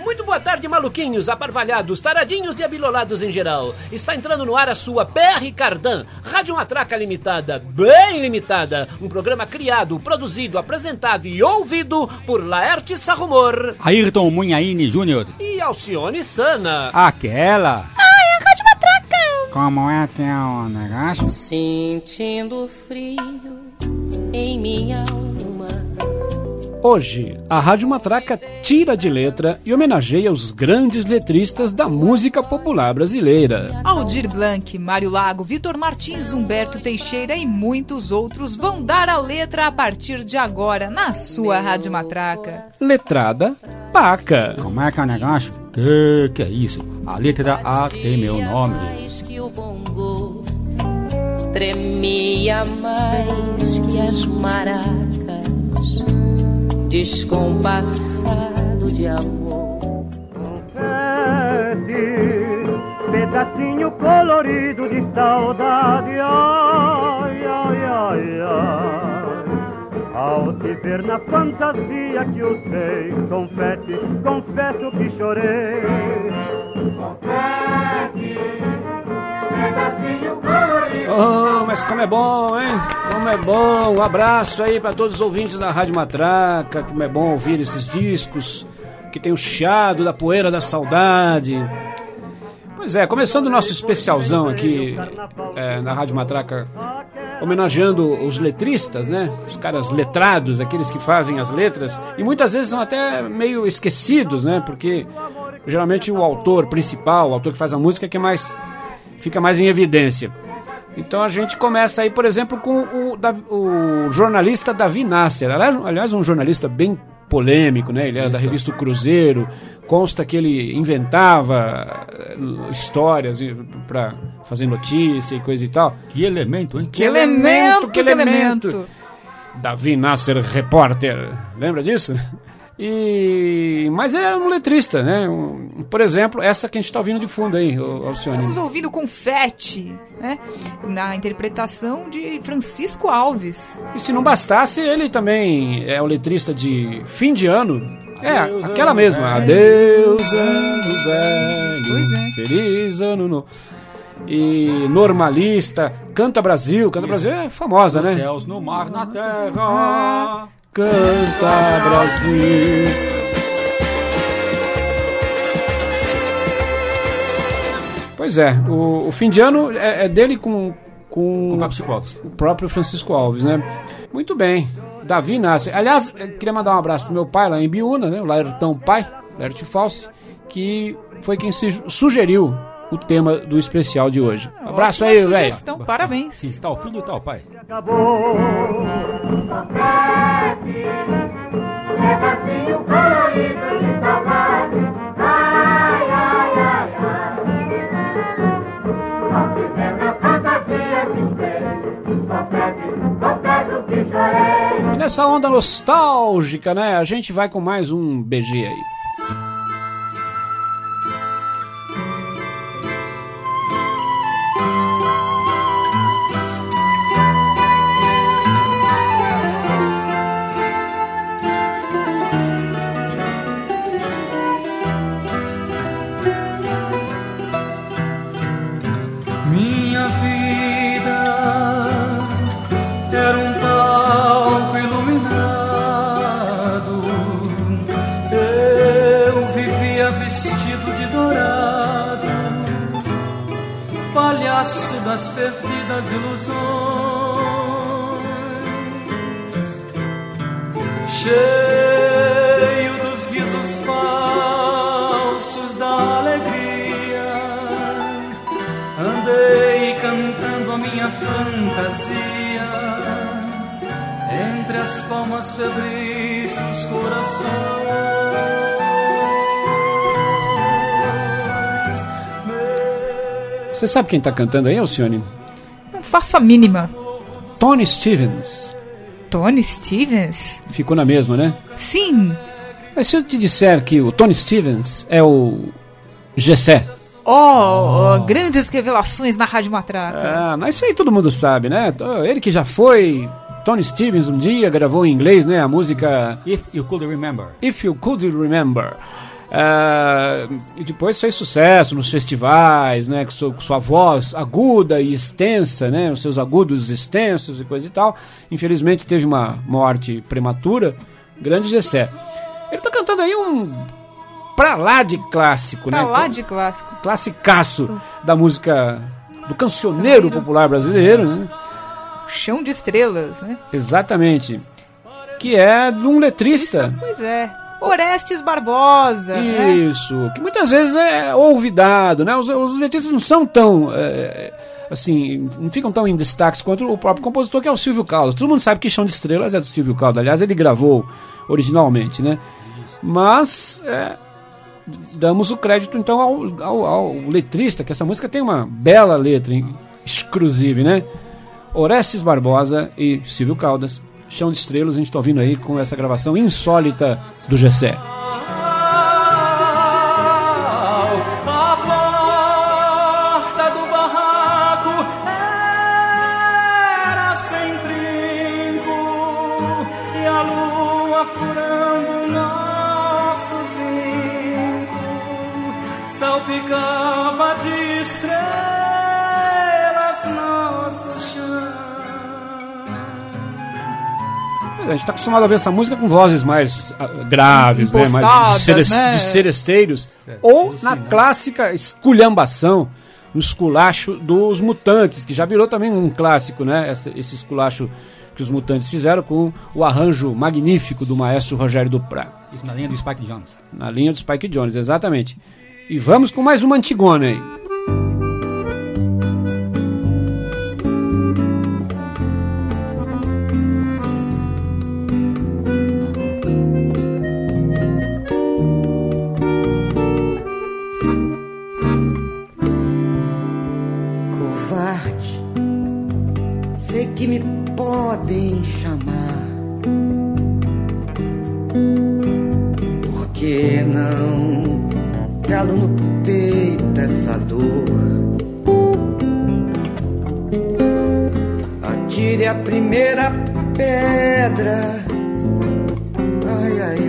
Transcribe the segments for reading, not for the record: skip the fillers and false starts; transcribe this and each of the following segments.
Muito boa tarde, maluquinhos, aparvalhados, taradinhos e abilolados em geral. Está entrando no ar a sua BR Cardan, Rádio Matraca Limitada, bem limitada. Um programa criado, produzido, apresentado e ouvido por Laerte Sarrumor, Ayrton Munhaine Júnior e Alcione Sana. Aquela. Ai, a Rádio Matraca. Como é que é o negócio? Sentindo frio em minha alma. Hoje, a Rádio Matraca tira de letra e homenageia os grandes letristas da música popular brasileira. Aldir Blanc, Mário Lago, Vitor Martins, Humberto Teixeira e muitos outros vão dar a letra a partir de agora na sua Rádio Matraca. Letrada Paca. Como é que é o negócio? Que é isso? A letra A tem meu nome. Que o bongo tremia mais que as maracas, descompassado de amor. Pedacinho colorido de saudade, ai, ai, ai, ai. Ao te ver na fantasia que usei, confete, confesso que chorei. Confete, pedacinho colorido. Oh, mas como é bom, hein? Como é bom. Um abraço aí para todos os ouvintes da Rádio Matraca. Como é bom ouvir esses discos que tem o chiado da poeira da saudade. Pois é, começando o nosso especialzão aqui na Rádio Matraca, homenageando os letristas, né? Os caras letrados, aqueles que fazem as letras, e muitas vezes são até meio esquecidos, né? Porque geralmente o autor principal, o autor que faz a música, é que fica mais em evidência. Então a gente começa aí, por exemplo, com o jornalista Davi Nasser. Aliás, um jornalista bem polêmico, né? Ele era da revista O Cruzeiro. Consta que ele inventava histórias para fazer notícia e coisa e tal. Que elemento, hein? Que elemento! Davi Nasser, repórter. Lembra disso? Mas ele era um letrista, né? Por exemplo, essa que a gente está ouvindo de fundo aí, Alcione. Estamos ouvindo Confete, né? Na interpretação de Francisco Alves. E se não bastasse, ele também é o letrista de Fim de Ano. Adeus, aquela ano mesma. velho. Adeus, ano velho. Pois é. Feliz ano novo. E Normalista, Canta Brasil. Canta Brasil é famosa, Nos né? céus, no mar, na terra. Canta Brasil. Pois é, o Fim de Ano é dele com Com Francisco Alves. o próprio Francisco Alves, né? Muito bem, Davi Nasser. Aliás, eu queria mandar um abraço pro meu pai lá em Biúna, né? O Laertão pai, Laerte Falsi, que foi quem sugeriu o tema do especial de hoje. Abraço aí, velho. Sugestão, parabéns. Sim, tal filho e tal pai. Acabou. Pedacinho colorido de saudade, ai, ai, ai, ai. Ao te ver na fantasia que usei, confesso que chorei. E nessa onda nostálgica, né? A gente vai com mais um BG aí. Minha vida era um palco iluminado. Eu vivia vestido de dourado, palhaço das perdidas ilusões, cheio dos risos falsos da alegria. Andei cantando a minha fantasia entre as palmas febris dos corações. Você sabe quem tá cantando aí, Alcione? Não faço a mínima. Tony Stevens. Tony Stevens? Ficou na mesma, né? Sim. Mas se eu te disser que o Tony Stevens é o Gessé. Grandes revelações na Rádio Matraca. Ah, mas isso aí todo mundo sabe, né? Ele que já foi Tony Stevens um dia, gravou em inglês, né? A música If You Could Remember. If You Could Remember. E depois fez sucesso nos festivais, né, com sua voz aguda e extensa, né, os seus agudos extensos e coisa e tal. Infelizmente teve uma morte prematura. Grande Gessé. Ele tá cantando aí um pra lá de clássico, Pra né? lá de clássico. Classicaço da música, do cancioneiro popular brasileiro, né? Chão de Estrelas, né? Exatamente. Que é de um letrista. Pois é. Orestes Barbosa. Isso, que muitas vezes é olvidado, né? Os letristas não são tão, assim, não ficam tão em destaque quanto o próprio compositor, que é o Silvio Caldas. Todo mundo sabe que Chão de Estrelas é do Silvio Caldas, aliás, ele gravou originalmente, né? Mas damos o crédito, então, ao letrista, que essa música tem uma bela letra, exclusiva, né? Orestes Barbosa e Silvio Caldas. Chão de Estrelas, a gente está ouvindo aí com essa gravação insólita do Gessé. A porta do barraco era sem trinco e a lua furando nosso zinco salpicava de estrelas nosso chão. A gente está acostumado a ver essa música com vozes mais graves, né? Mais de seresteiros. Ou na clássica esculhambação, no esculacho dos Mutantes, que já virou também um clássico, né? Esse esculacho que os Mutantes fizeram com o arranjo magnífico do maestro Rogério Duprat. Isso na linha do Spike Jones. Na linha do Spike Jones, exatamente. E vamos com mais uma antigona aí. Que me podem chamar, porque não calo no peito essa dor. Atire a primeira pedra, ai, ai,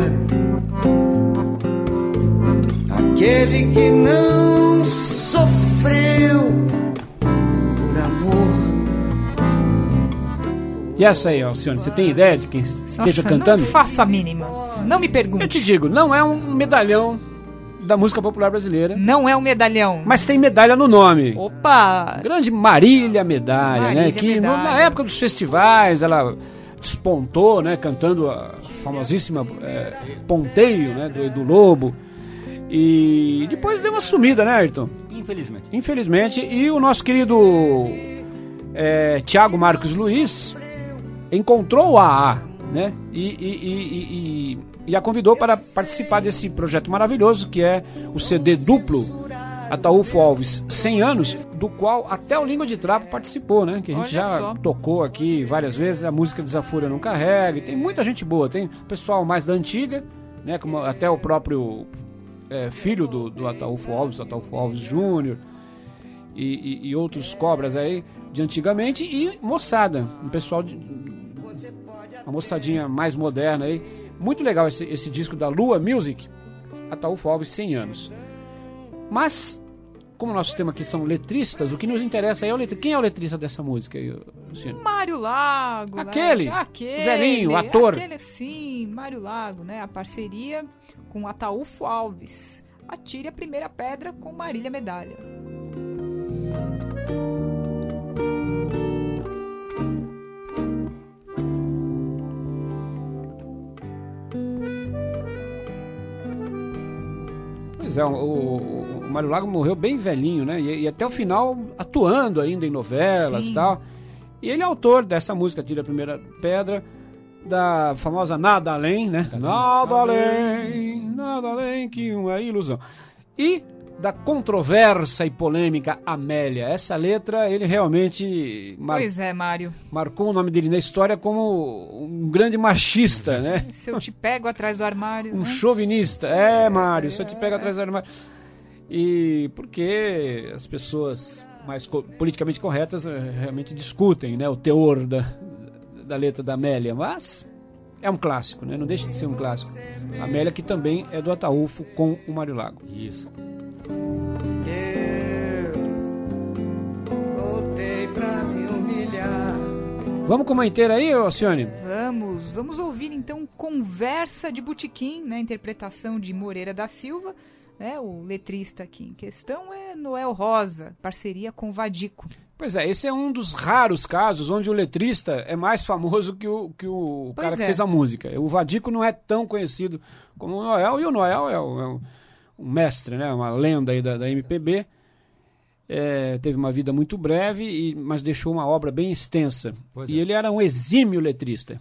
ai, aquele que não sofreu. E essa aí, Alcione, você tem ideia de quem esteja cantando? Não faço a mínima. Não me pergunte. Eu te digo, não é um medalhão da música popular brasileira. Não é um medalhão. Mas tem medalha no nome. Opa! Grande Marília Medalha, né? Que na época dos festivais ela despontou, né? Cantando a famosíssima Ponteio, né? Do Edu Lobo. E depois deu uma sumida, né, Ayrton? Infelizmente. E o nosso querido Thiago Marcos Luiz encontrou o AA, né? E a convidou para participar desse projeto maravilhoso que é o CD duplo Ataúfo Alves 100 anos, do qual até o Língua de Trapo participou, né? Que a gente tocou aqui várias vezes. A música Desafúria Não Carrega. Tem muita gente boa, tem pessoal mais da antiga, né? Como até o próprio filho do Ataúfo Alves Júnior e outros cobras aí de antigamente, e moçada, um pessoal uma moçadinha mais moderna aí. Muito legal esse disco da Lua Music, Ataúfo Alves 100 anos. Mas, como o nosso tema aqui são letristas, o que nos interessa é o letrista. Quem é o letrista dessa música aí, Luciano? Mário Lago. Aquele velhinho, o ator. Aquele, sim, Mário Lago, né? A parceria com Ataúfo Alves. Atire a primeira pedra com Marília Medalha. Pois é, o Mário Lago morreu bem velhinho, né? E até o final atuando ainda em novelas e tal. E ele é autor dessa música, Tira a Primeira Pedra, da famosa Nada Além, né? Nada além que uma ilusão. E da controversa e polêmica Amélia. Essa letra, ele realmente pois é, Mário. Marcou o nome dele na história como um grande machista, né? Se eu te pego atrás do armário. Um chauvinista. Mário, se eu te pego atrás do armário. E porque as pessoas mais politicamente corretas realmente discutem, né, o teor da letra da Amélia. Mas é um clássico, né? Não deixa de ser um clássico. Amélia, que também é do Ataúfo com o Mário Lago. Isso. Eu voltei pra me humilhar. Vamos com uma inteira aí, Alcione? Vamos ouvir então Conversa de Botequim, né? Interpretação de Moreira da Silva, né? O letrista aqui em questão é Noel Rosa, parceria com Vadico. Pois é, esse é um dos raros casos onde o letrista é mais famoso que o cara que fez a música. O Vadico não é tão conhecido como o Noel, e o Noel é um mestre, né? Uma lenda aí da MPB. Teve uma vida muito breve, mas deixou uma obra bem extensa. E ele era um exímio letrista.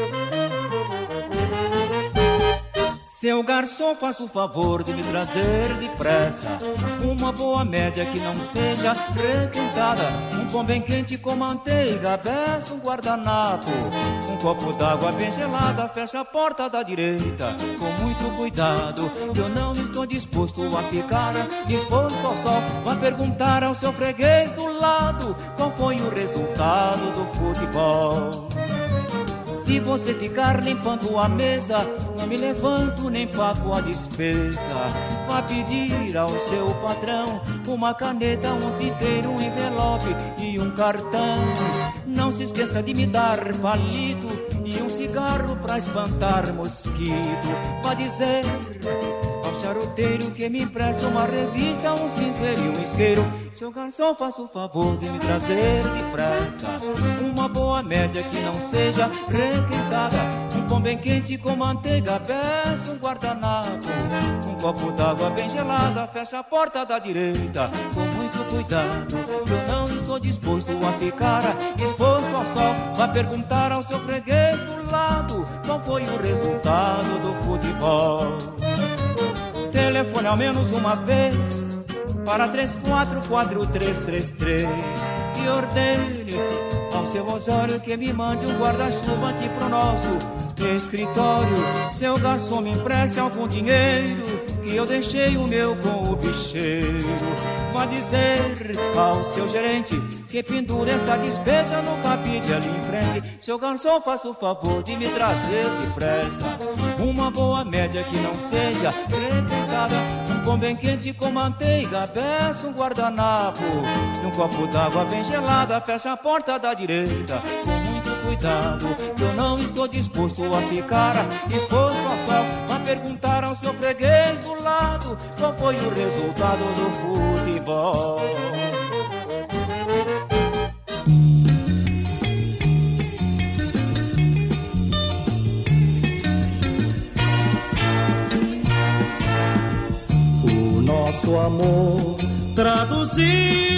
Seu garçom, faça o favor de me trazer depressa uma boa média que não seja requentada, um pão bem quente com manteiga, peço um guardanapo, um copo d'água bem gelada, fecha a porta da direita com muito cuidado. Eu não estou disposto a ficar exposto ao sol, vai perguntar ao seu freguês do lado qual foi o resultado do futebol. Se você ficar limpando a mesa, não me levanto nem pago a despesa. Vá pedir ao seu patrão uma caneta, um tinteiro, um envelope e um cartão. Não se esqueça de me dar palito e um cigarro pra espantar mosquito. Vá dizer ao charuteiro que me empreste uma revista, um cinzeiro e um isqueiro. Seu garçom, faça o favor de me trazer depressa uma boa média que não seja requentada, um pão bem quente com manteiga, peço um guardanapo, um copo d'água bem gelada, fecha a porta da direita com muito cuidado. Eu não estou disposto a ficar exposto ao sol, vai perguntar ao seu freguês do lado qual foi o resultado do futebol. Telefone ao menos uma vez para 344333 e ordene ao seu Osório que me mande um guarda-chuva aqui pro nosso escritório. Seu garçom, me empreste algum dinheiro que eu deixei o meu com o bicheiro. Vá dizer ao seu gerente que pendura esta despesa no cabide ali em frente. Seu garçom, faça o favor de me trazer depressa uma boa média que não seja requentada, um pão bem quente com manteiga, peço um guardanapo e um copo d'água bem gelada, fecha a porta da direita com muito cuidado. Eu não estou disposto a ficar exposto ao sol, a perguntar ao seu freguês do lado qual foi o resultado do futebol. Nosso amor traduzia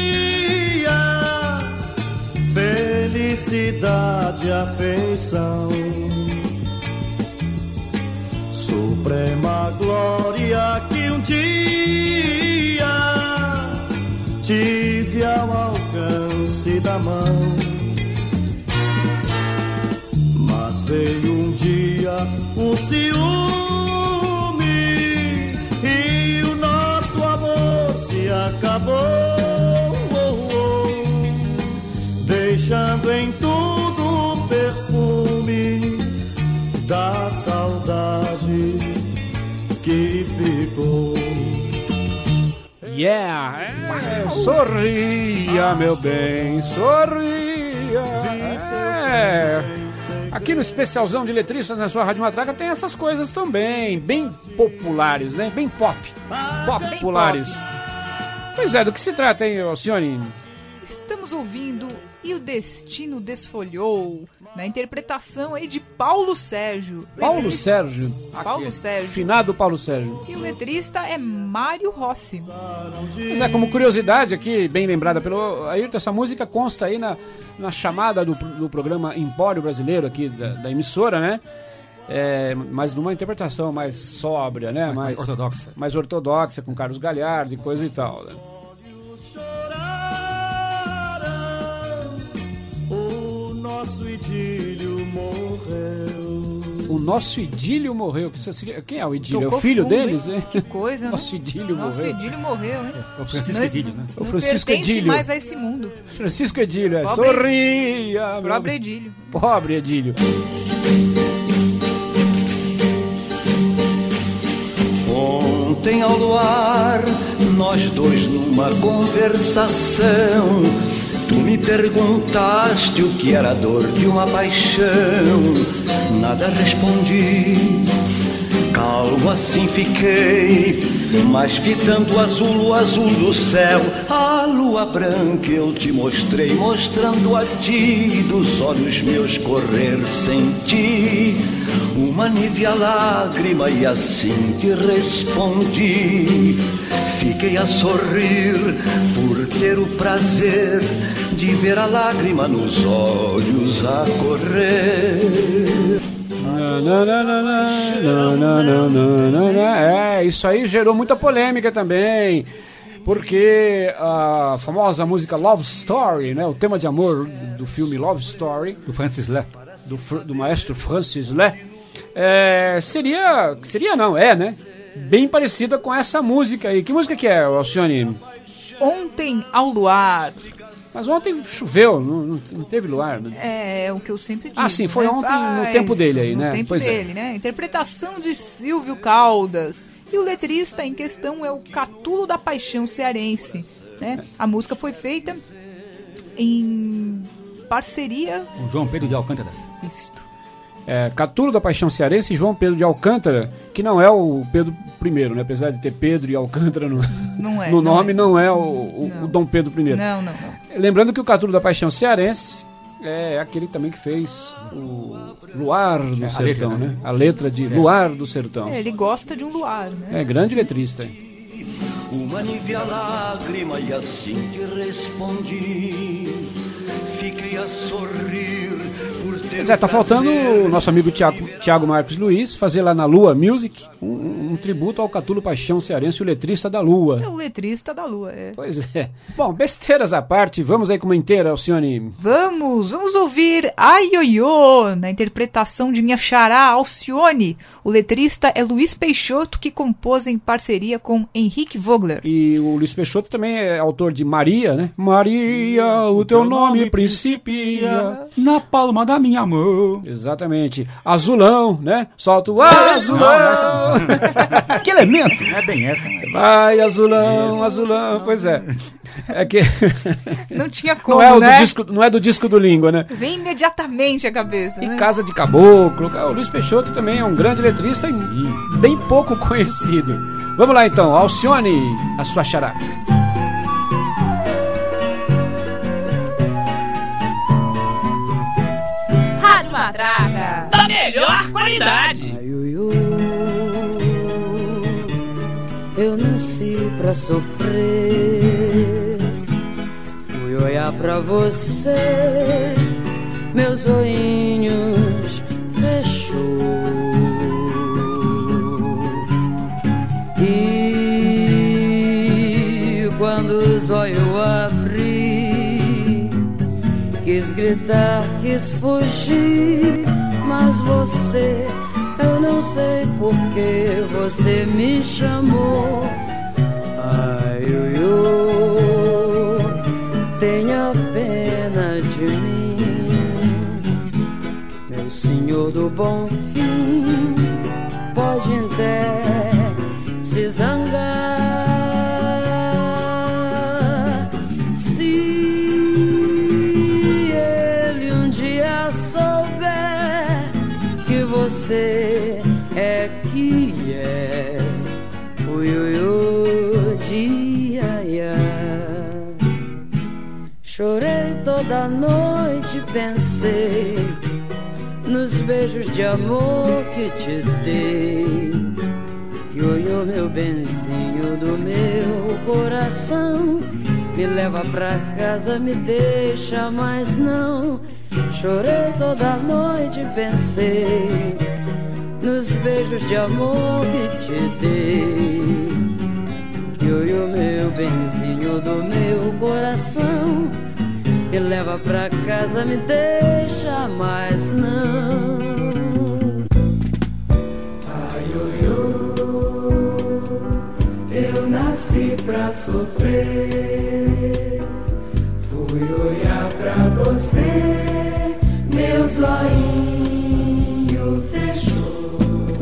felicidade e afeição, suprema glória que um dia tive ao alcance da mão. Mas veio um dia o ciúme e o nosso amor se acabou, deixando em tudo o perfume da saudade que ficou. Sorria, meu bem, sorria. Aqui no especialzão de letristas na sua Rádio Matraca tem essas coisas também, bem populares, né? Bem populares. Pois é, do que se trata, hein, Alcione? Estamos ouvindo E o Destino Desfolhou, na interpretação aí de Paulo Sérgio. Paulo Sérgio. Finado Paulo Sérgio. E o letrista é Mário Rossi. Pois é, como curiosidade aqui, bem lembrada pelo Ayrton, essa música consta aí na chamada do programa Empório Brasileiro aqui da emissora, né? Mas numa interpretação mais sóbria, né? Mais ortodoxa, com Carlos Galhardo e coisa e tal, né? O nosso idílio morreu. O nosso idílio morreu. Quem é o idílio? Tocou É o filho fundo, deles, hein? hein? Que coisa, né? Nosso idílio Nosso morreu. Edílio morreu, hein? É o Francisco Edílio, né? O Francisco não pertence Edílio. mais a esse mundo. Francisco Edílio, é. Pobre- Sorria! meu- Pobre Edílio. Pobre Edílio. Ontem ao luar, nós dois numa conversação, tu me perguntaste o que era a dor de uma paixão. Nada respondi, calmo assim fiquei, mas fitando o azul do céu, a lua branca eu te mostrei, mostrando a ti, dos olhos meus correr senti uma nívea lágrima e assim te respondi. Fiquei a sorrir por ter o prazer de ver a lágrima nos olhos a correr. É, isso aí gerou muita polêmica também, porque a famosa música Love Story, né, o tema de amor do filme Love Story, Do Francis Lé. do maestro Francis Lé, é, né, bem parecida com essa música aí. Que música que é, Alcione? Ontem ao luar. Mas ontem choveu, não teve luar, né? É o que eu sempre digo. Ah, sim, foi né? ontem no tempo dele aí, né? No tempo Pois é. dele, né? Interpretação de Silvio Caldas. E o letrista em questão é o Catulo da Paixão cearense, né? A música foi feita em parceria... Com João Pedro de Alcântara. Isto. Catulo da Paixão Cearense e João Pedro de Alcântara, que não é o Pedro I, né? Apesar de ter Pedro e Alcântara Não é, no não nome, é. não é o Dom Pedro I. Não. Lembrando que o Catulo da Paixão Cearense é aquele também que fez o Luar do a Sertão, letra, né? A letra de Luar do Sertão. Ele gosta de um luar, né? É, grande letrista. Uma nívea lágrima e assim te respondi. Fiquei a sorrir por ter Pois é, tá faltando o nosso amigo Thiago Marcos Luiz fazer lá na Lua Music um tributo ao Catulo Paixão Cearense, o letrista da Lua. É o letrista da lua, é. Pois é. Bom, besteiras à parte, vamos aí com uma inteira, Alcione. Vamos ouvir Ai Ioiô, na interpretação de minha xará Alcione. O letrista é Luiz Peixoto, que compôs em parceria com Henrique Vogler. E o Luiz Peixoto também é autor de Maria, né? Maria, o teu nome principia Na palma da minha mão. Exatamente. Azulão, né? Solta o azulão. Que elemento? Não é bem essa, mas... Vai, azulão, azulão. Pois é. É que Não tinha como, não é o né? do disco, não é do disco do Língua, né? Vem imediatamente a cabeça, E né? Casa de Caboclo. O Luiz Peixoto também é um grande letrista e bem pouco conhecido. Vamos lá então, Alcione, a sua xará. Rádio Matraca. Da melhor qualidade. Ai, ui, ui, eu nasci pra sofrer. Fui olhar pra você, meus olhinhos fechou. E quando os olhos abri, quis gritar, quis fugir, mas você, eu não sei por que você me chamou. Ai, ui, ui, tenha pena de mim, meu senhor do bom fim, pode até se zangar. Se ele um dia souber que você é que é, ui, ui, ui, dia, ia. Chorei toda noite, pensei nos beijos de amor que te dei. Ioiô, meu benzinho do meu coração, me leva pra casa, me deixa, mas não. Chorei toda noite, pensei nos beijos de amor que te dei. Ioiô, meu benzinho do meu coração, me leva pra casa, me deixa, mas não. Eu nasci pra sofrer. Fui olhar pra você, meu zoinho fechou.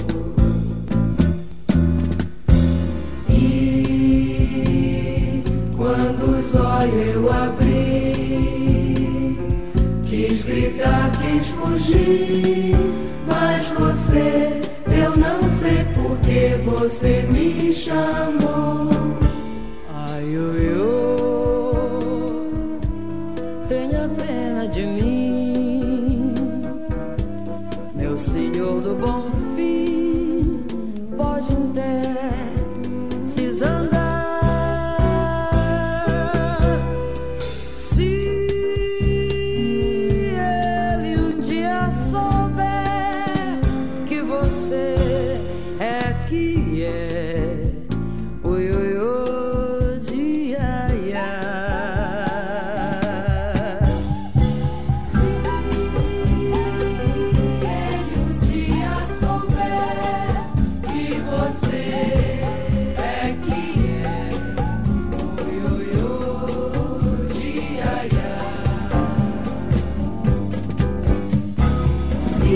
E quando os olhos eu abri, quis gritar, quis fugir, mas você, eu não sei por que você me chamou. Ai, tenha pena de mim, meu senhor do bom fim, pode até se zangar. Se ele um dia souber que você é que é, oi, oi, oi, dia, ia. Se ele um dia souber que você é que é, oi, oi, oi, dia, ia. Se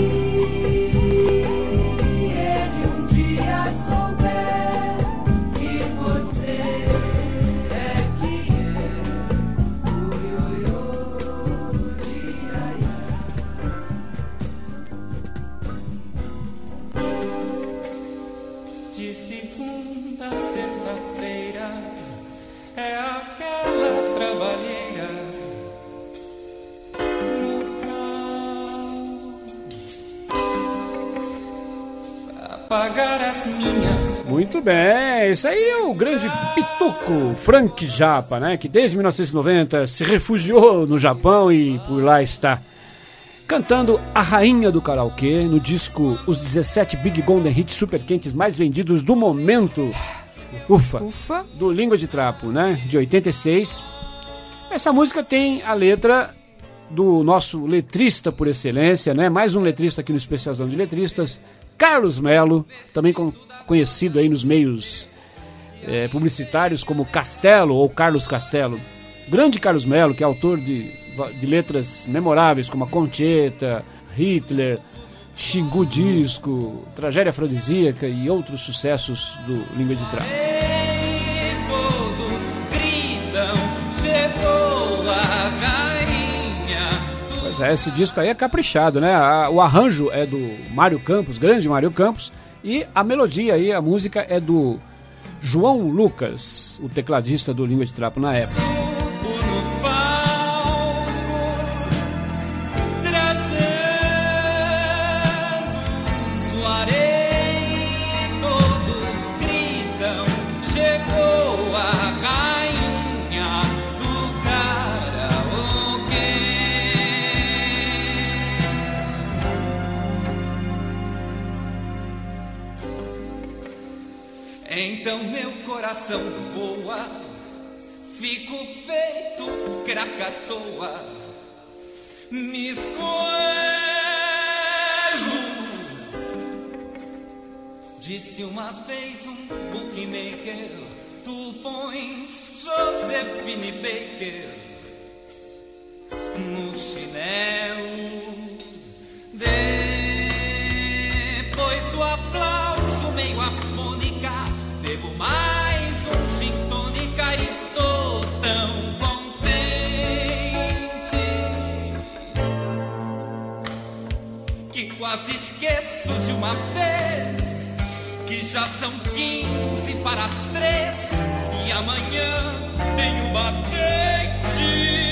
ele um dia souber que você é que é, oi, oi, oi, dia, De segunda a sexta-feira é aquela trabalheira pra pagar as minhas. Muito bem, esse aí é o grande pituco Frank Zappa, né? Que desde 1990 se refugiou no Japão e por lá está cantando a rainha do karaokê no disco Os 17 Big Golden Hits super quentes mais vendidos do momento. Ufa! Ufa. Do Língua de Trapo, né? De 86. Essa música tem a letra do nosso letrista por excelência, né? Mais um letrista aqui no Especialzão de Letristas, Carlos Melo, também conhecido aí nos meios publicitários como Castelo ou Carlos Castelo. Grande Carlos Melo, que é autor de letras memoráveis como a Concheta, Hitler, Xingu Disco, Tragédia Afrodisíaca e outros sucessos do Língua de Trapo. Todos gritam, chegou a rainha. Pois é, esse disco aí é caprichado, né? O arranjo é do Mário Campos, grande Mário Campos, e a melodia aí, a música é do João Lucas, o tecladista do Língua de Trapo na época. Então meu coração voa, fico feito Krakatoa, me escoelho. Disse uma vez um bookmaker, tu pões Josephine Baker no chinelo. Depois do aplauso meio afônica, bebo mais um gin tônica, estou tão contente que quase esqueço de uma vez que já são 15 para as 3 e amanhã tem um batente.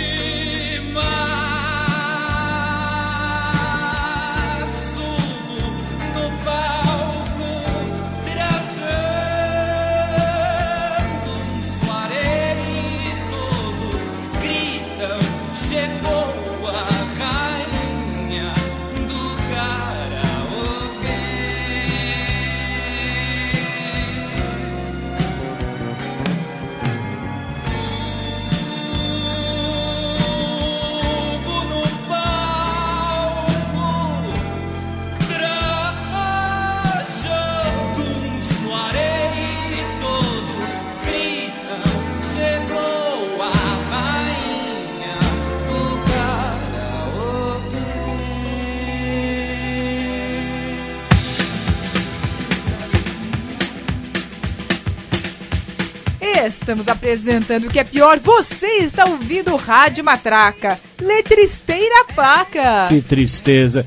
Estamos apresentando o que é pior. Você está ouvindo Rádio Matraca. Letristeira Paca. Que tristeza.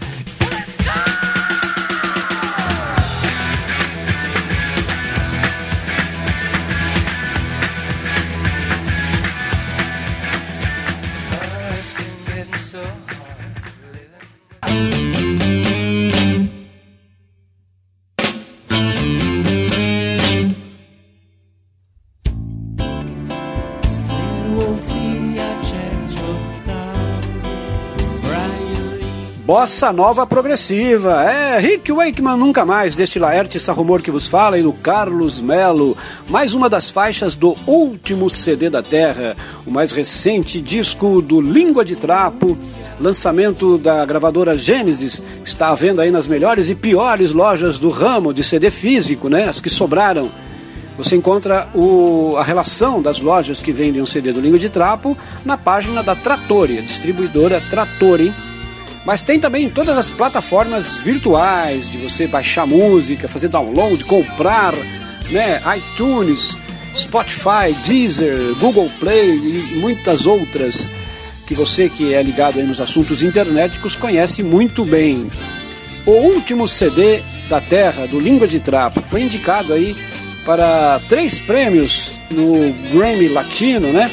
Bossa Nova Progressiva, Rick Wakeman Nunca Mais, deste Laerte Sarrumor que vos fala, e do Carlos Melo, mais uma das faixas do último CD da Terra, o mais recente disco do Língua de Trapo, lançamento da gravadora Gênesis, que está à venda aí nas melhores e piores lojas do ramo de CD físico, né, as que sobraram. Você encontra a relação das lojas que vendem um CD do Língua de Trapo na página da Trattori, a distribuidora Trattori. Mas tem também todas as plataformas virtuais de você baixar música, fazer download, comprar, né? iTunes, Spotify, Deezer, Google Play e muitas outras que você que é ligado aí nos assuntos internéticos conhece muito bem. O último CD da Terra, do Língua de Trapo, foi indicado aí para 3 prêmios no Grammy Latino, né?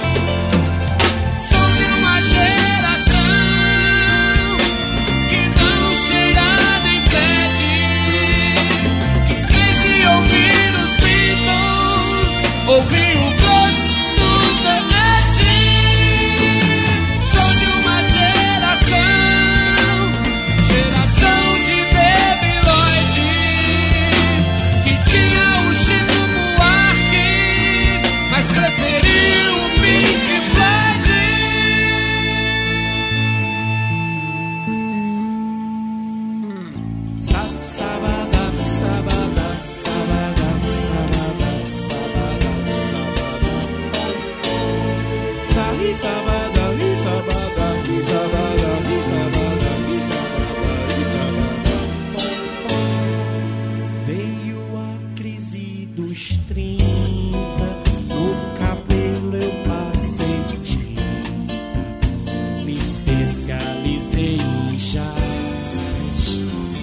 Ouvi o gosto da noite. Sou de uma geração de debilóide, que tinha o Chico Buarque, mas preferiu o Pink Floyd. Veio a crise dos 30, no cabelo eu passei tinta, me especializei em jazz.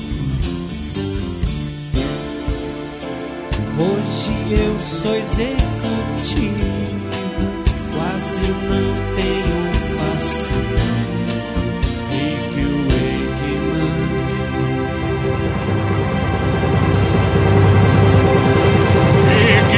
Hoje eu sou executivo, quase não tenho passivo. Rick Wakeman. Rick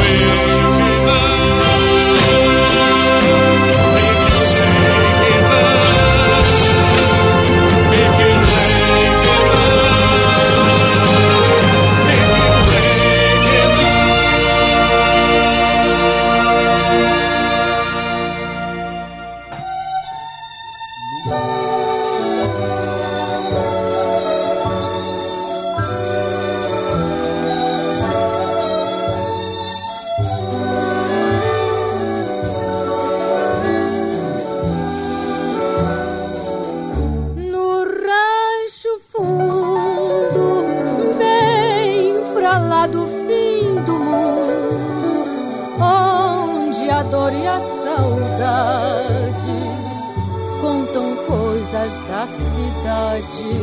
dor e a saudade contam coisas da cidade.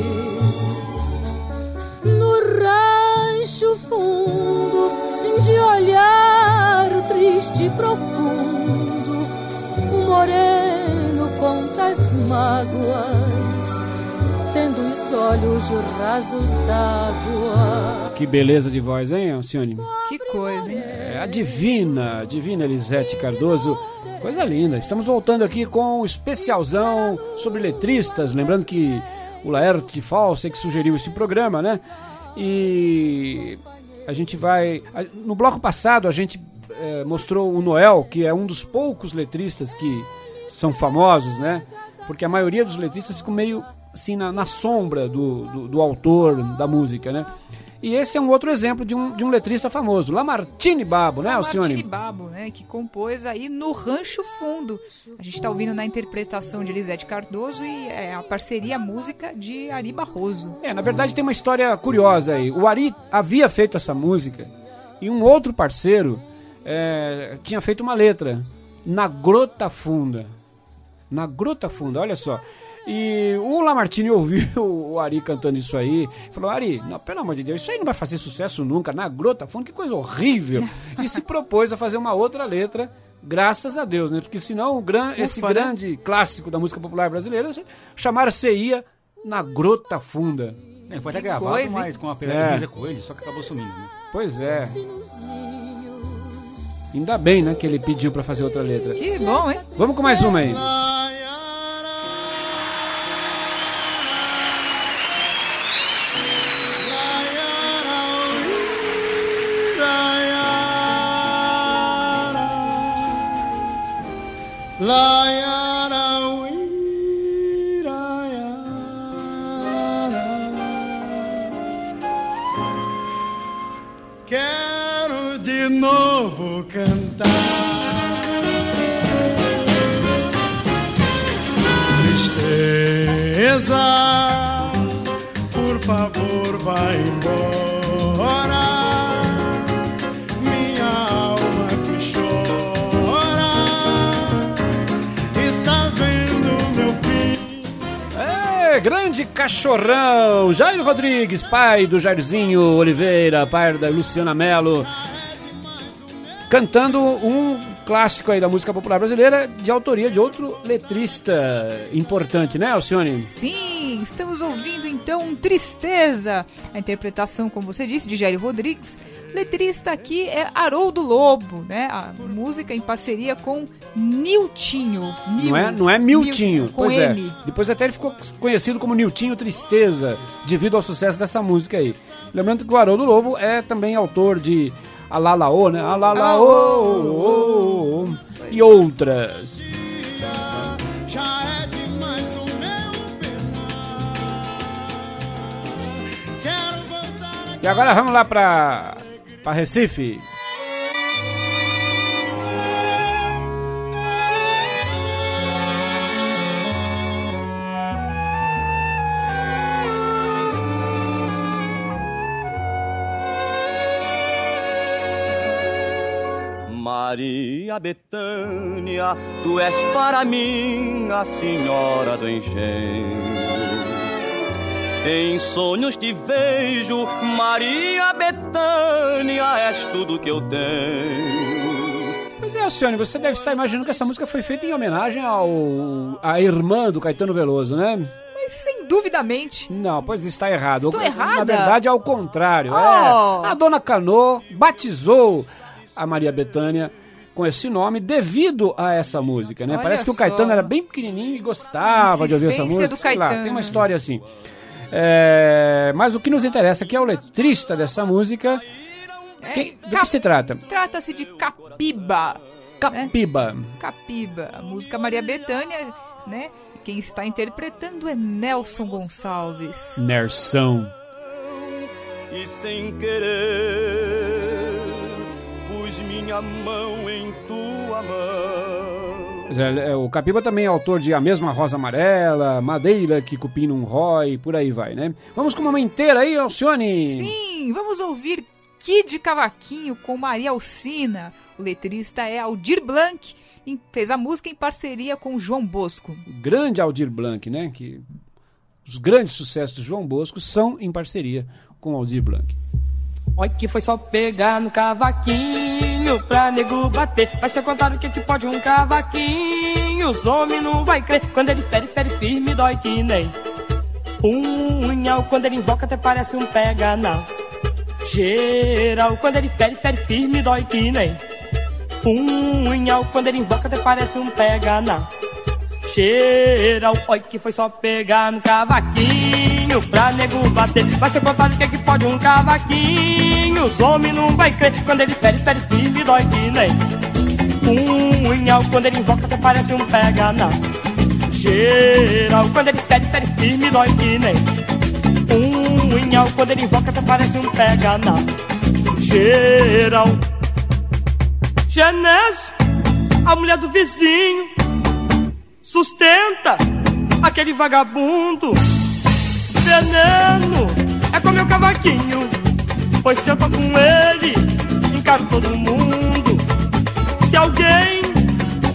No rancho fundo, de olhar triste e profundo, o moreno conta as mágoas, tendo os olhos rasos d'água. Que beleza de voz, hein, Alcione? Que coisa, hein? A divina Elisete Cardoso, coisa linda. Estamos voltando aqui com um especialzão sobre letristas, lembrando que o Laerte Falsa que sugeriu este programa, né? E a gente vai... No bloco passado a gente mostrou o Noel, que é um dos poucos letristas que são famosos, né? Porque a maioria dos letristas ficam meio assim na sombra do autor da música, né? E esse é um outro exemplo de um letrista famoso, Lamartine Babo, né, Alcione? Lamartine Babo, né, que compôs aí no Rancho Fundo. A gente está ouvindo na interpretação de Elisete Cardoso e a parceria música de Ari Barroso. Na verdade tem uma história curiosa aí. O Ari havia feito essa música e um outro parceiro tinha feito uma letra, Na Grota Funda. Na Grota Funda, olha só. E o Lamartine ouviu o Ari cantando isso aí, falou: Ari, não, pelo amor de Deus, isso aí não vai fazer sucesso nunca, Na Grota Funda, que coisa horrível. E se propôs a fazer uma outra letra, graças a Deus, né? Porque senão esse grande clássico da música popular brasileira chamar-se-ia Na Grota Funda. Foi até gravado, mas com a pegadinha com ele, só que acabou sumindo, né? Pois é. Ainda bem, né, que ele pediu pra fazer outra letra. Que bom, hein? Vamos com mais uma aí. Quero de novo cantar tristeza, por favor vai embora, minha alma que chora está vendo meu fim. Grande cachorrão, Jair Rodrigues, pai do Jairzinho Oliveira, pai da Luciana Mello, cantando um clássico aí da música popular brasileira de autoria de outro letrista importante, né, Alcione? Sim, estamos ouvindo então Tristeza, a interpretação, como você disse, de Jair Rodrigues. Letrista aqui é Haroldo Lobo, né? A música em parceria com Niltinho. Não é Miltinho, com pois N. é. Depois até ele ficou conhecido como Niltinho Tristeza, devido ao sucesso dessa música aí. Lembrando que o Haroldo Lobo é também autor de Alalaô, né? Alalaô, e outras. Já é demais o meu penar. Quero voltar. E agora vamos lá pra Recife. Maria Bethânia, tu és para mim a senhora do engenho. Em sonhos te vejo, Maria Bethânia, és tudo que eu tenho. Pois é, Alcione, você deve estar imaginando que essa música foi feita em homenagem à irmã do Caetano Veloso, né? Mas sem duvidamente. Não, pois está errado. Estou errada? Na verdade, é ao contrário. Oh. A dona Canô batizou a Maria Bethânia com esse nome devido a essa música, né? Olha, parece que o Caetano era bem pequenininho e gostava de ouvir essa música. Do Caetano. Lá, tem uma história assim. Mas o que nos interessa aqui é o letrista dessa música. Do que se trata? Trata-se de Capiba. Capiba. Né? Capiba. A música Maria Bethânia, né? Quem está interpretando é Nelson Gonçalves. Nersão. E sem querer pus minha mão em tua mão. O Capiba também é autor de A Mesma Rosa Amarela, Madeira que Cupim não rói, por aí vai, né? Vamos com uma inteira aí, Alcione? Sim, vamos ouvir Kid Cavaquinho com Maria Alcina. O letrista é Aldir Blanc, fez a música em parceria com João Bosco. Grande Aldir Blanc, né? Que os grandes sucessos de João Bosco são em parceria com Aldir Blanc. Olha que foi só pegar no cavaquinho pra nego bater. Vai ser contado o que pode um cavaquinho. Os homens não vai crer. Quando ele fere firme, dói que nem punhal. Quando ele invoca até parece um pega-não. Geral, quando ele fere firme, dói que nem punhal. Quando ele invoca até parece um pega-não. Geral, olha que foi só pegar no cavaquinho pra nego bater. Vai ser contado o que pode um cavaquinho. Os homens não vai crer. Quando ele fere firme, dói que nem punhal. Quando ele invoca até parece um pega-não. Geral, quando ele fere firme, dói que nem punhal. Quando ele invoca até parece um pega-não. Geral. Genésio, a mulher do vizinho, sustenta aquele vagabundo. Veneno é comer o cavaquinho, pois se eu tô com ele, encaro todo mundo.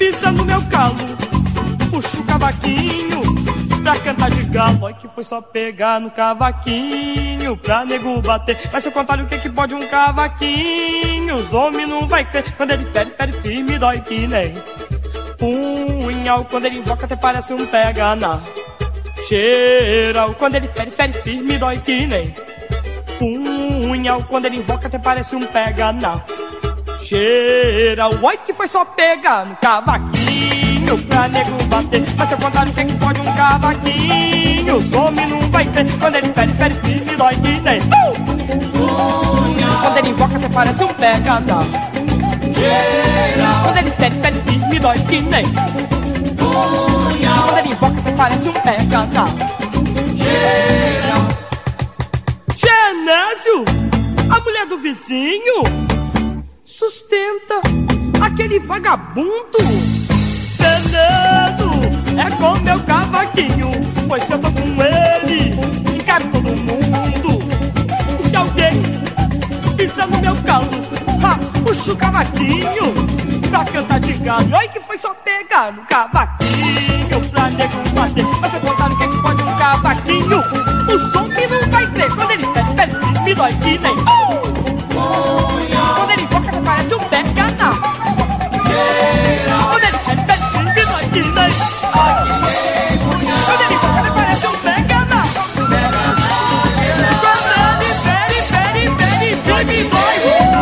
pisa no meu calo, puxa o cavaquinho pra cantar de galo. Ai que foi só pegar no cavaquinho pra nego bater. Mas se eu contar o que pode um cavaquinho, os homens não vai crer. Quando ele fere firme, dói que nem punhal. Quando ele invoca até parece um pega na geral. Quando ele fere firme, dói que nem punhal. Quando ele invoca até parece um pega na geral. Ai que foi só pegar no cavaquinho pra nego bater. Mas se eu contar o que pode um cavaquinho, os homens não vai ter. Quando ele fere firme, dói que nem punhal. Quando ele invoca até parece um pega na geral. Quando ele fere firme, dói que nem punhal. Quando ele invoca até parece um pega na geral. Genésio, a mulher do vizinho, sustenta aquele vagabundo. Veneno é com meu cavaquinho, pois eu tô com ele e quero todo mundo. E se alguém pisa no meu calo, puxa o cavaquinho pra cantar de galo. Oi que foi só pegar no cavaquinho pra nego bater. Mas se eu contar o que pode um cavaquinho, o som que não vai crer. Quando ele fere, me dói que nem quando ele invoca parece um pega na geral. Quando ele fere, me dói que nem quando ele invoca parece um pega na geral. Quando ele fere, me dói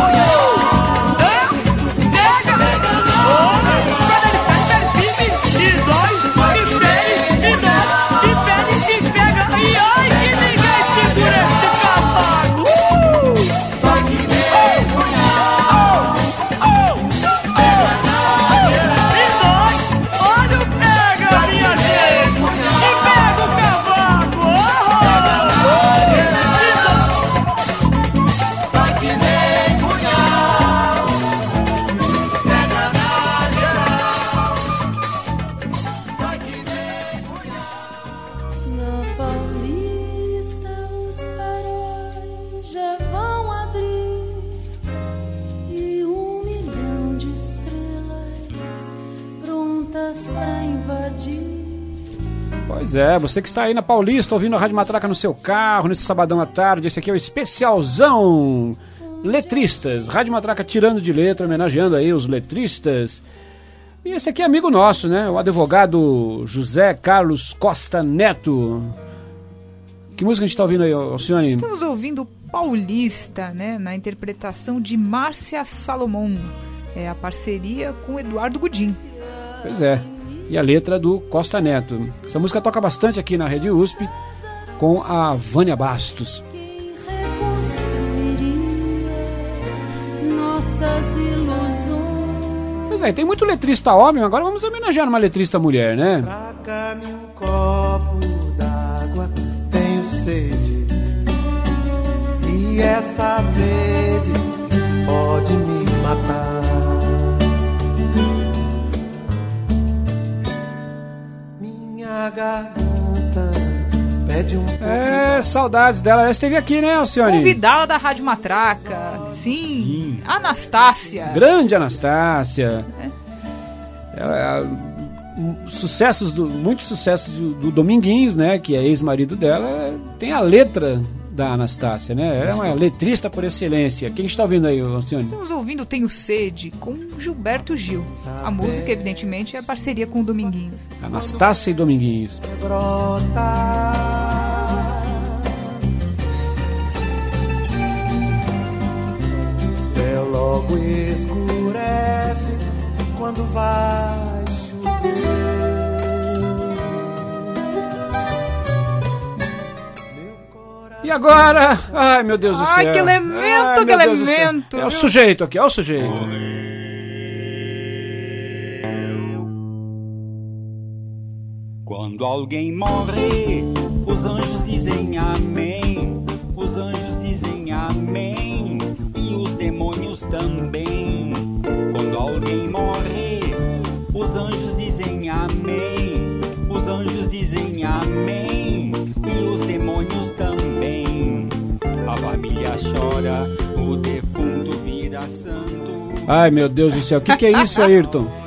Você que está aí na Paulista ouvindo a Rádio Matraca no seu carro, nesse sabadão à tarde, esse aqui é o especialzão Letristas, Rádio Matraca tirando de letra, homenageando aí os letristas. E esse aqui é amigo nosso, né? O advogado José Carlos Costa Neto. Que música a gente está ouvindo aí, Alcione? Estamos ouvindo Paulista, né? Na interpretação de Márcia Salomão. É a parceria com Eduardo Gudim. Pois é. E a letra do Costa Neto. Essa música toca bastante aqui na Rede USP com a Vânia Bastos. Quem reconstruiria nossas ilusões? Pois é, tem muito letrista homem, agora vamos homenagear uma letrista mulher, né? Traga-me um copo d'água, tenho sede. E essa sede pode me matar. A garganta pede um pouco. Saudades dela. Ela esteve aqui, né, Alcione? Convidada da Rádio Matraca. Sim. Anastácia. Grande Anastácia. Muitos sucessos do Dominguinhos, né, que é ex-marido dela, tem a letra da Anastácia, né? Ela é uma letrista por excelência. Quem está ouvindo aí, Alcione? Estamos ouvindo Tenho Sede com Gilberto Gil. A música, evidentemente, é a parceria com o Dominguinhos. Anastácia e Dominguinhos. O céu logo escurece quando vai chover. E agora? Ai, meu Deus do céu. Ai, que elemento, que elemento. É o sujeito aqui, ó o sujeito. Quando alguém morre, os anjos dizem amém. Os anjos dizem amém. E os demônios também. Quando alguém morre, os anjos dizem amém. Os anjos dizem amém. E os demônios também. A família chora, o defunto vira santo. Ai, meu Deus do céu, o que é isso, Ayrton?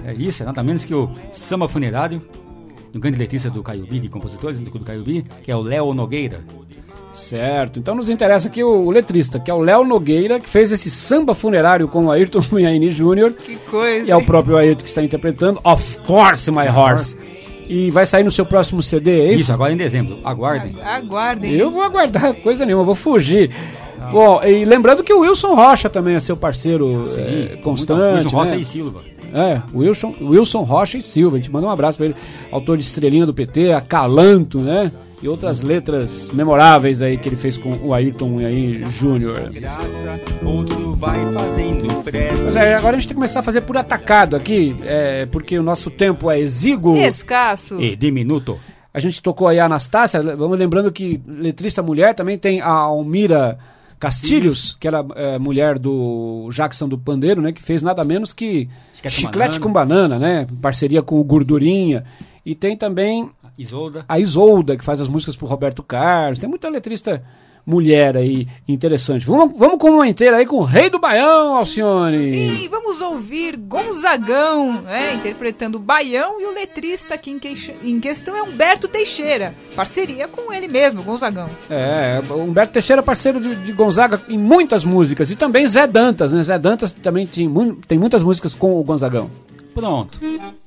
É isso, é nada menos que o Samba Funerário, um grande letrista do Caiubi, de compositores do Caiubi, que é o Léo Nogueira. Certo, então nos interessa aqui o letrista, que é o Léo Nogueira, que fez esse Samba Funerário com o Ayrton Munhaine Jr. Que coisa! E é o próprio Ayrton que está interpretando, Of Course My Horse. E vai sair no seu próximo CD, é isso? Isso, agora em dezembro, aguardem. Aguardem. Eu vou aguardar, coisa nenhuma, vou fugir. Bom, e lembrando que o Wilson Rocha também é seu parceiro constante. Wilson Rocha né? e Silva. Wilson Rocha e Silva, a gente manda um abraço pra ele, autor de Estrelinha do PT, Acalanto, né? E outras letras memoráveis aí que ele fez com o Ayrton aí Júnior. Outro vai fazendo pressa. Mas agora a gente tem que começar a fazer por atacado aqui, porque o nosso tempo é exíguo. Escasso. E diminuto. A gente tocou aí a Anastácia, vamos lembrando que letrista mulher também tem a Almira Castilhos, que era mulher do Jackson do Pandeiro, né? Que fez nada menos que Chiclete com Banana, né? Parceria com o Gordurinha. E tem também a Isolda, que faz as músicas pro Roberto Carlos. Tem muita letrista mulher aí interessante. Vamos com uma inteira aí com o Rei do Baião, Alcione. Sim, vamos ouvir Gonzagão, interpretando o Baião, e o letrista aqui em questão é Humberto Teixeira, parceria com ele mesmo, Gonzagão. Humberto Teixeira, parceiro de Gonzaga em muitas músicas, e também Zé Dantas, né? Zé Dantas também tem muitas músicas com o Gonzagão. Pronto.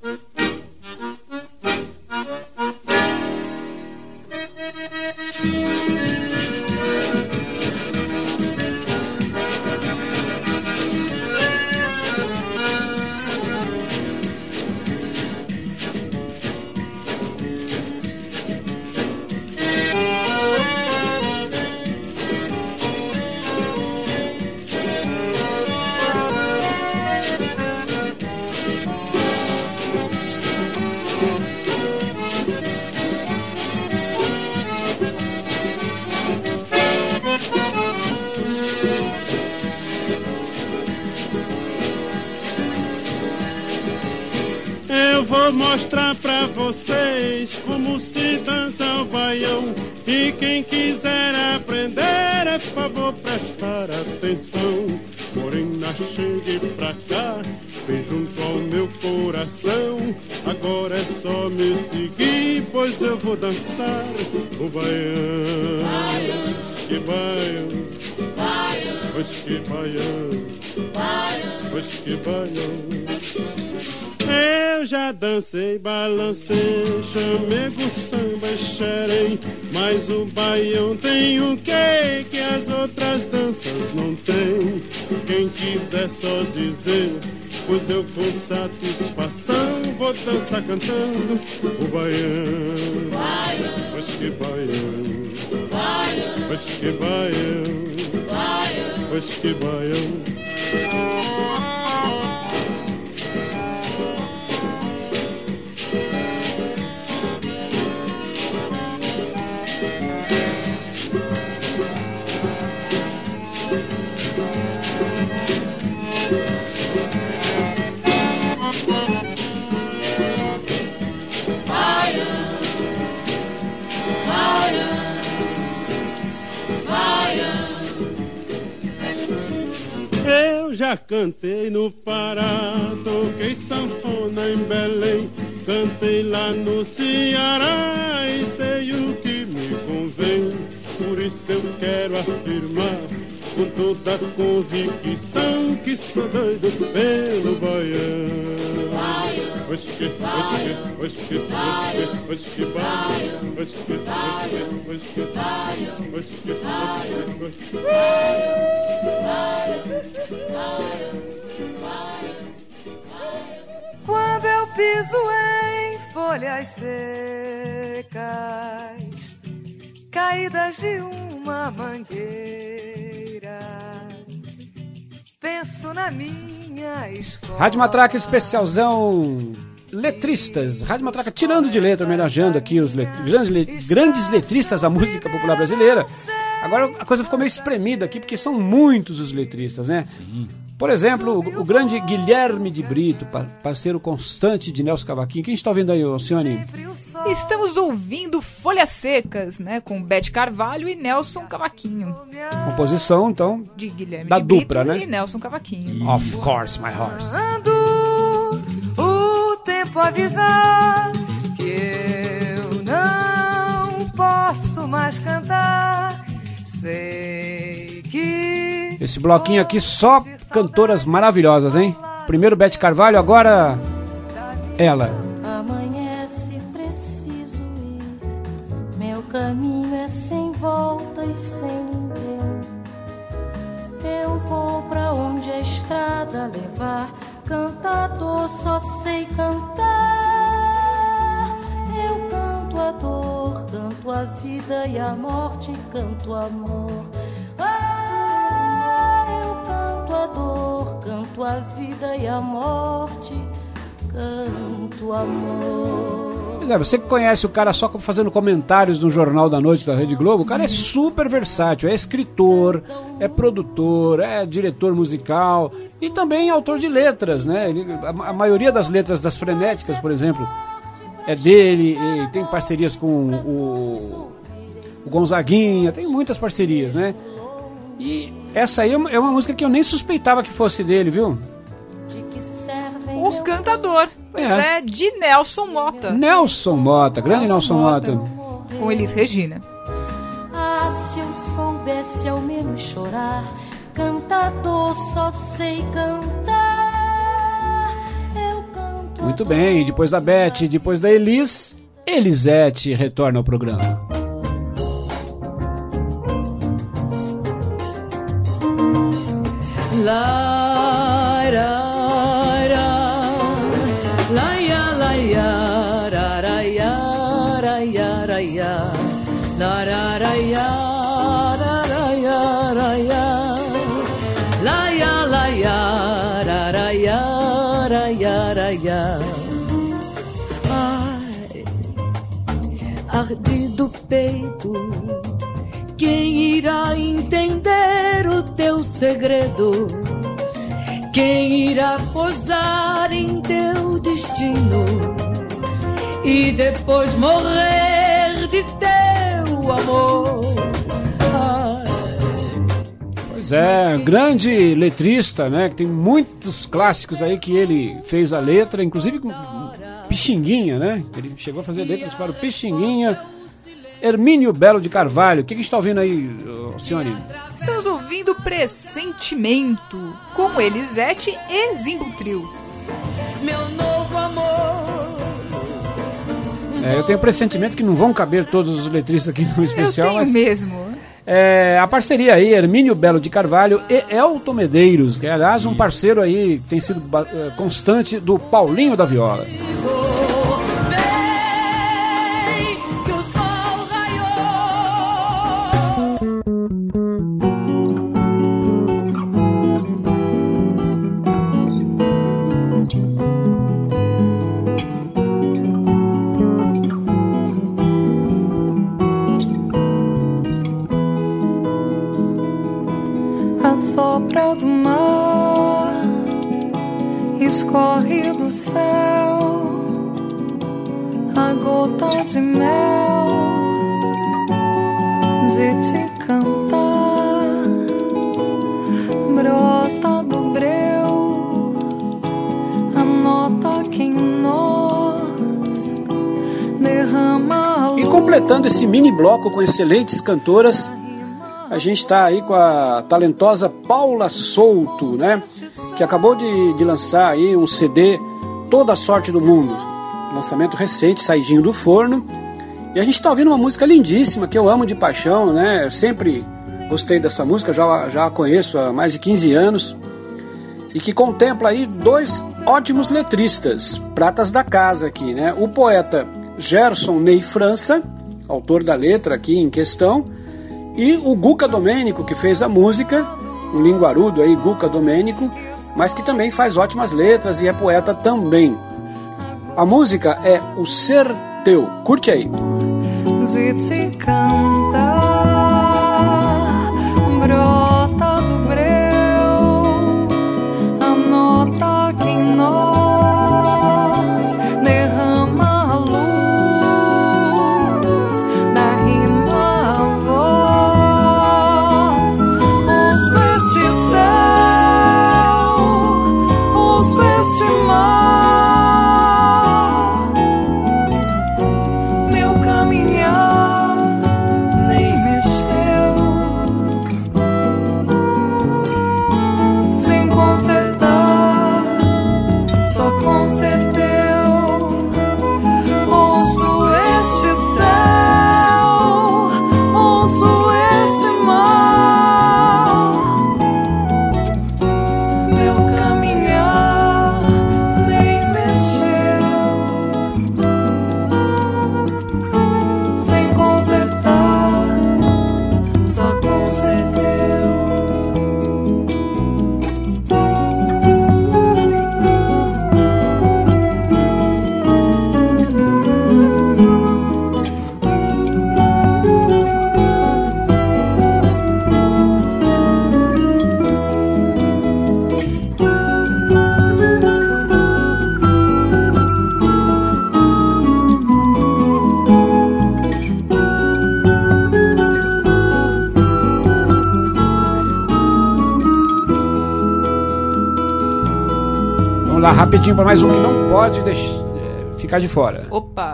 Vou mostrar pra vocês como se dança o baião. E quem quiser aprender, é favor prestar atenção. Morena, chegue pra cá, bem junto ao meu coração. Agora é só me seguir, pois eu vou dançar o baião. Que baião, pois que baião, pois que baião. Eu já dancei, balancei, chamego, samba e xerém, mas o baião tem o quê que as outras danças não tem? Quem quiser só dizer, pois eu com satisfação vou dançar cantando o baião. Pois que baião, pois que baião, pois que baião. Eu já cantei no Pará, toquei sanfona em Belém, cantei lá no Ceará e sei o que me convém. Por isso eu quero afirmar com toda a convicção que sou doido pelo baião. Pois que baião, pois que baião, pois que baião, pois que baião, pois que baião, pois que baião, pois que Quando eu piso em folhas secas, caídas de uma mangueira, penso na minha escola. Rádio Matraca especialzão letristas. Rádio Matraca tirando de letra, homenageando aqui os grandes letristas da música popular brasileira. Agora a coisa ficou meio espremida aqui, porque são muitos os letristas, né? Sim. Por exemplo, o grande Guilherme de Brito, parceiro constante de Nelson Cavaquinho. Quem está ouvindo aí, Alcione? Estamos ouvindo Folhas Secas, né? Com Bete Carvalho e Nelson Cavaquinho. Composição, então, de Guilherme da de Brito dupla, né? E Nelson Cavaquinho. Of Course My Horse. O tempo avisar que eu não posso mais cantar. Sei que... Esse bloquinho aqui só cantoras maravilhosas, hein? Primeiro Beth Carvalho, agora ela. Amanhece, preciso ir. Meu caminho é sem volta e sem ninguém. Eu vou pra onde a estrada levar. Cantador, só sei cantar. Eu canto a dor, canto a vida e a morte, canto amor. Eu canto a dor, canto a vida e a morte, canto amor. Pois é, você que conhece o cara só fazendo comentários no Jornal da Noite da Rede Globo, o cara é super versátil, é escritor, é produtor, é diretor musical e também autor de letras, né? A maioria das letras das Frenéticas, por exemplo, é dele, e tem parcerias com o Gonzaguinha, tem muitas parcerias, né? E essa aí é uma música que eu nem suspeitava que fosse dele, viu? Os Cantador, pois é, de Nelson Mota. Nelson Mota, grande Nelson Mota. Com Elis Regina. Ah, se eu soubesse ao menos chorar, cantador, só sei cantar. Eu canto. Muito bem, depois da Beth, depois da Elis, Elisete retorna ao programa. Ai, arde do peito, quem irá entender o teu segredo? Quem irá posar em teu destino e depois morrer de teu amor? Pois é, grande letrista, né? Que tem muitos clássicos aí que ele fez a letra, inclusive com Pixinguinha, né? Ele chegou a fazer letras para o Pixinguinha. Hermínio Belo de Carvalho. O que a gente está ouvindo aí, senhora? Estamos ouvindo Pressentimento, com Elisete e Zimbutril. Meu novo amor. Eu tenho pressentimento que não vão caber todos os letristas aqui no especial. Eu tenho mas mesmo. A parceria aí, Hermínio Belo de Carvalho e Elton Medeiros, que é, aliás, um parceiro aí que tem sido constante do Paulinho da Viola. Sopra do mar, escorre do céu a gota de mel de te cantar, brota do breu a nota que em nós derrama a luz. E completando esse mini bloco com excelentes cantoras, a gente está aí com a talentosa Paula Souto, né? Que acabou de lançar aí um CD, Toda a Sorte do Mundo. Lançamento recente, saidinho do forno. E a gente está ouvindo uma música lindíssima, que eu amo de paixão, né? Eu sempre gostei dessa música, já a conheço há mais de 15 anos. E que contempla aí dois ótimos letristas, pratas da casa aqui, né? O poeta Gerson Ney França, autor da letra aqui em questão, e o Guca Domênico, que fez a música, um linguarudo aí, Guca Domênico, mas que também faz ótimas letras e é poeta também. A música é O Ser Teu. Curte aí. De te cantar, brota do breu a nota que em nós derrama a luz da rima a voz. Ouço este céu, ouço este mar, Vamos lá, rapidinho para mais um que não pode ficar de fora. Opa!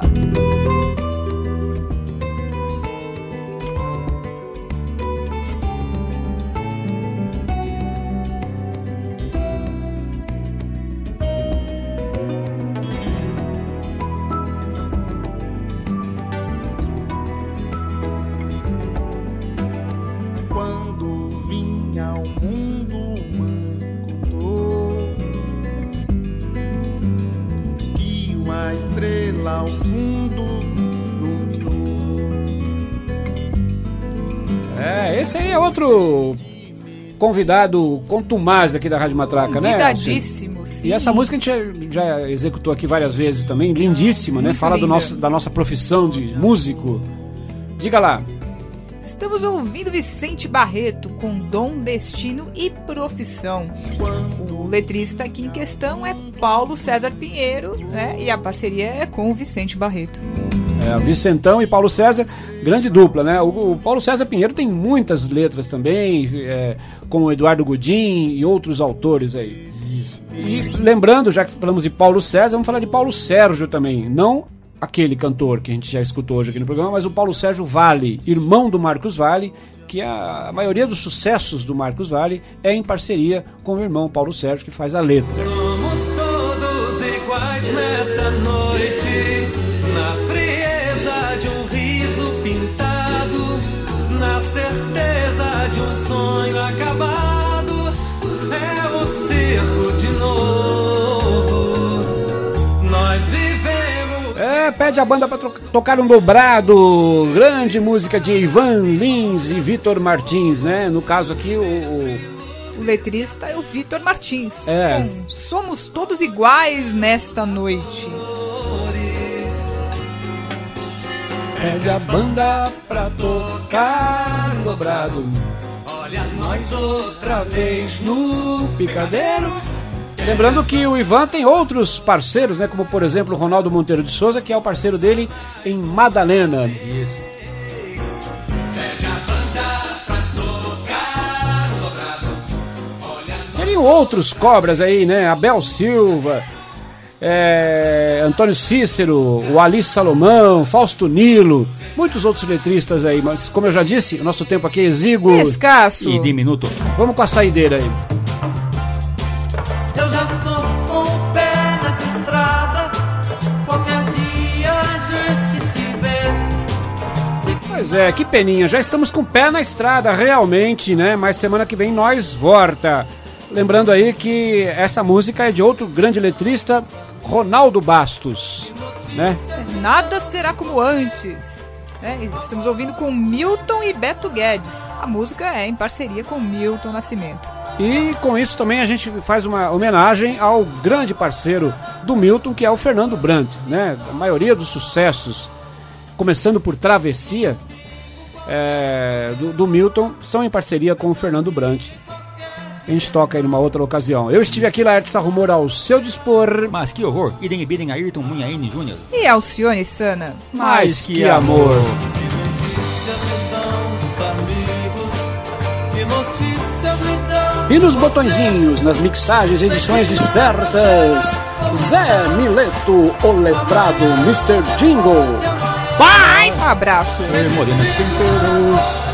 Esse aí é outro convidado contumaz aqui da Rádio Matraca, né? Convidadíssimo, sim. E essa música a gente já executou aqui várias vezes também, lindíssima, né? Fala da nossa profissão de músico. Diga lá. Estamos ouvindo Vicente Barreto com Dom, Destino e Profissão. O letrista aqui em questão é Paulo César Pinheiro, né? E a parceria é com o Vicente Barreto. Vicentão e Paulo César, grande dupla, né? O Paulo César Pinheiro tem muitas letras também, com o Eduardo Godin e outros autores aí. Isso. E lembrando, já que falamos de Paulo César, vamos falar de Paulo Sérgio também. Não aquele cantor que a gente já escutou hoje aqui no programa, mas o Paulo Sérgio Vale, irmão do Marcos Vale, que a maioria dos sucessos do Marcos Vale é em parceria com o irmão Paulo Sérgio, que faz a letra. Somos todos iguais nesta noite, na frieza de um riso pintado, na certeza de um sonho acabado, é o circo de novo, nós vivemos... Pede a banda pra tocar um dobrado, grande música de Ivan Lins e Vitor Martins, né? No caso aqui o letrista é o Vitor Martins. Com Somos Todos Iguais Nesta Noite. Pede a banda pra tocar dobrado. Olha nós outra vez no picadeiro. Lembrando que o Ivan tem outros parceiros, né? Como por exemplo o Ronaldo Monteiro de Souza, que é o parceiro dele em Madalena. Isso. Tem outros cobras aí, né? Abel Silva, Antônio Cícero, o Ali Salomão, Fausto Nilo, muitos outros letristas aí, mas como eu já disse, o nosso tempo aqui é exíguo, escasso e diminuto. Vamos com a saideira aí. Eu já estou com o pé nessa estrada, qualquer dia a gente se vê. Pois é, que peninha, já estamos com o pé na estrada, realmente, né? Mas semana que vem nós volta. Lembrando aí que essa música é de outro grande letrista, Ronaldo Bastos, né? Nada será como antes, né? Estamos ouvindo com Milton e Beto Guedes. A música é em parceria com Milton Nascimento. E com isso também a gente faz uma homenagem ao grande parceiro do Milton, que é o Fernando Brant, né? A maioria dos sucessos, começando por Travessia, do Milton, são em parceria com o Fernando Brant. A gente toca aí numa outra ocasião. Eu estive aqui, Laerte Sarrumor, ao seu dispor. Mas que horror! Idem Biden Ayrton Munhaine Júnior. E Alcione Sana. Mas que amor! E nos botõezinhos, nas mixagens, edições espertas, Zé Mileto, o letrado Mr. Jingle. Bye! Um abraço. Morena.